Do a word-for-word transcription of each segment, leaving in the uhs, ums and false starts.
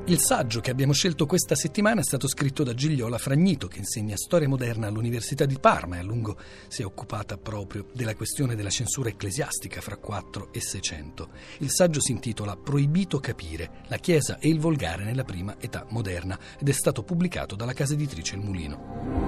Il saggio che abbiamo scelto questa settimana è stato scritto da Gigliola Fragnito, che insegna storia moderna all'Università di Parma e a lungo si è occupata proprio della questione della censura ecclesiastica fra quattro e seicento. Il saggio si intitola Proibito capire, la Chiesa e il volgare nella prima età moderna ed è stato pubblicato dalla casa editrice Il Mulino.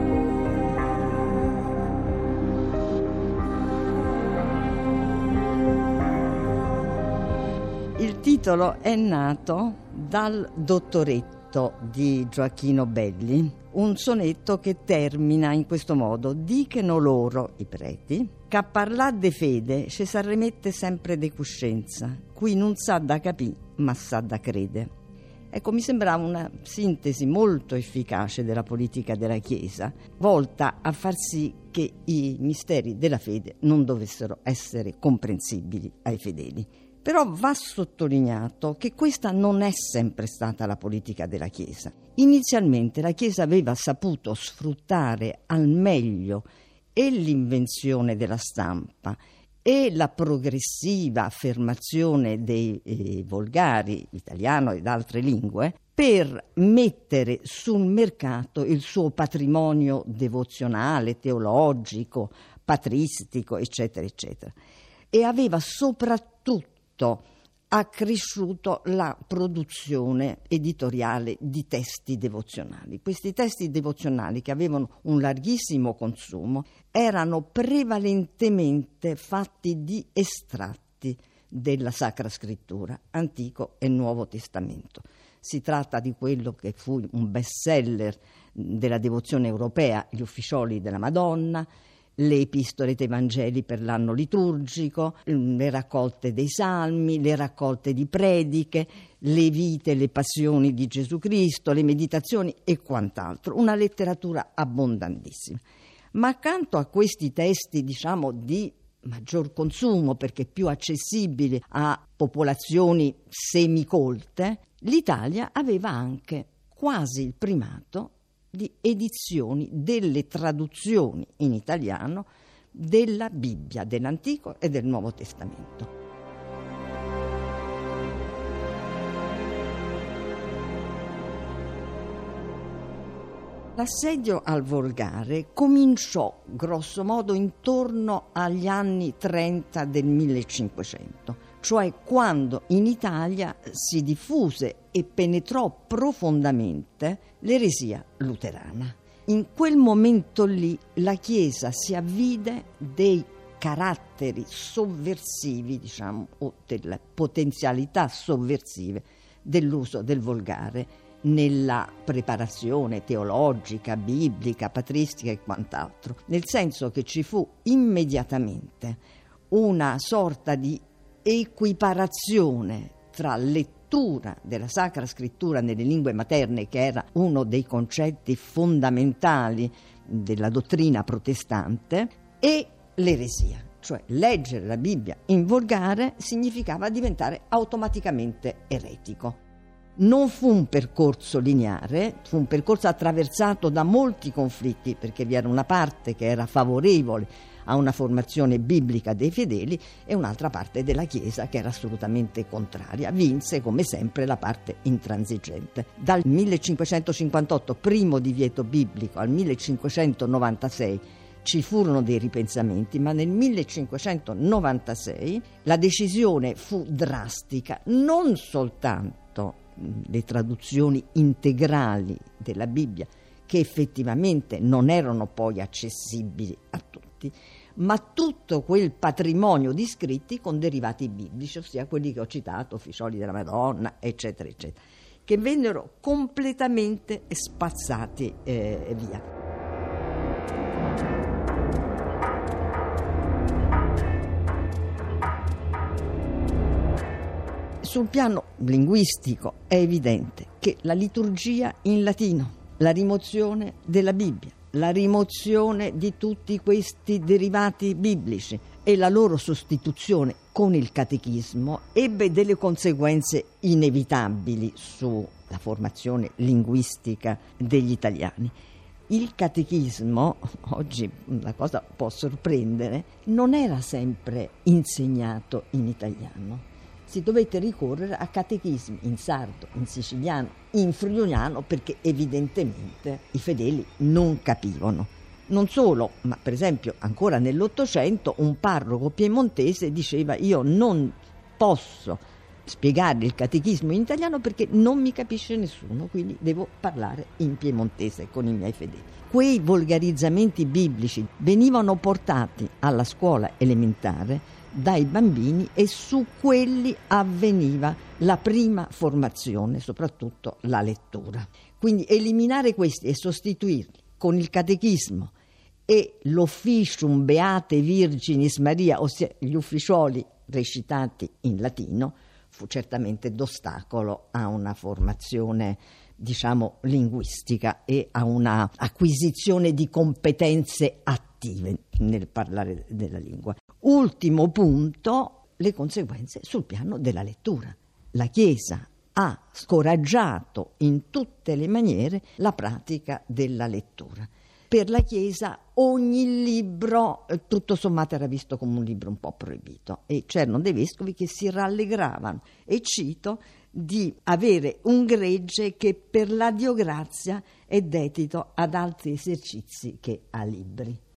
Il titolo è nato dal Dottoretto di Gioacchino Belli, un sonetto che termina in questo modo: dicono loro, i preti, che a parlar de fede ci si rimette sempre de coscienza, qui non sa da capì, ma sa da crede. Ecco, mi sembrava una sintesi molto efficace della politica della Chiesa, volta a far sì che i misteri della fede non dovessero essere comprensibili ai fedeli. Però va sottolineato che questa non è sempre stata la politica della Chiesa. Inizialmente la Chiesa aveva saputo sfruttare al meglio e l'invenzione della stampa e la progressiva affermazione dei eh, volgari, italiano ed altre lingue, per mettere sul mercato il suo patrimonio devozionale, teologico, patristico, eccetera, eccetera. E aveva soprattutto accresciuto la produzione editoriale di testi devozionali. Questi testi devozionali, che avevano un larghissimo consumo, erano prevalentemente fatti di estratti della Sacra Scrittura, Antico e Nuovo Testamento. Si tratta di quello che fu un bestseller della devozione europea, Gli Ufficioli della Madonna, le epistole dei Vangeli per l'anno liturgico, le raccolte dei salmi, le raccolte di prediche, le vite e le passioni di Gesù Cristo, le meditazioni e quant'altro, una letteratura abbondantissima. Ma accanto a questi testi, diciamo, di maggior consumo, perché più accessibili a popolazioni semicolte, l'Italia aveva anche quasi il primato di edizioni delle traduzioni in italiano della Bibbia, dell'Antico e del Nuovo Testamento. L'assedio al volgare cominciò grosso modo intorno agli anni trenta del millecinquecento, cioè quando in Italia si diffuse e penetrò profondamente l'eresia luterana. In quel momento lì la Chiesa si avvide dei caratteri sovversivi, diciamo, o delle potenzialità sovversive dell'uso del volgare nella preparazione teologica, biblica, patristica e quant'altro, nel senso che ci fu immediatamente una sorta di equiparazione tra lettura della Sacra Scrittura nelle lingue materne, che era uno dei concetti fondamentali della dottrina protestante, e l'eresia. Cioè leggere la Bibbia in volgare significava diventare automaticamente eretico. Non fu un percorso lineare, fu un percorso attraversato da molti conflitti, perché vi era una parte che era favorevole a una formazione biblica dei fedeli e un'altra parte della Chiesa che era assolutamente contraria. Vinse come sempre la parte intransigente. Dal millecinquecentocinquantotto, primo divieto biblico, al millecinquecentonovantasei ci furono dei ripensamenti, ma nel millecinquecentonovantasei la decisione fu drastica. Non soltanto le traduzioni integrali della Bibbia, che effettivamente non erano poi accessibili a tutti, ma tutto quel patrimonio di scritti con derivati biblici, ossia quelli che ho citato, Ufficioli della Madonna, eccetera, eccetera, che vennero completamente spazzati eh, via. Sul piano linguistico è evidente che la liturgia in latino, la rimozione della Bibbia, la rimozione di tutti questi derivati biblici e la loro sostituzione con il catechismo ebbe delle conseguenze inevitabili sulla formazione linguistica degli italiani. Il catechismo, oggi la cosa può sorprendere, non era sempre insegnato in italiano. si dovette ricorrere a catechismi in sardo, in siciliano, in friulano, perché evidentemente i fedeli non capivano. Non solo, ma per esempio ancora nell'Ottocento un parroco piemontese diceva: io non posso spiegare il catechismo in italiano perché non mi capisce nessuno, quindi devo parlare in piemontese con i miei fedeli. Quei volgarizzamenti biblici venivano portati alla scuola elementare dai bambini e su quelli avveniva la prima formazione, soprattutto la lettura. Quindi eliminare questi e sostituirli con il catechismo e l'officium Beate Virginis Maria, ossia gli ufficioli recitati in latino, fu certamente d'ostacolo a una formazione, diciamo, linguistica e a una acquisizione di competenze attive nel parlare della lingua. Ultimo punto, le conseguenze sul piano della lettura. La Chiesa ha scoraggiato in tutte le maniere la pratica della lettura. Per la Chiesa ogni libro, tutto sommato, era visto come un libro un po' proibito, e c'erano dei vescovi che si rallegravano, e cito, di avere un gregge che per la Diograzia è dedito ad altri esercizi che a libri.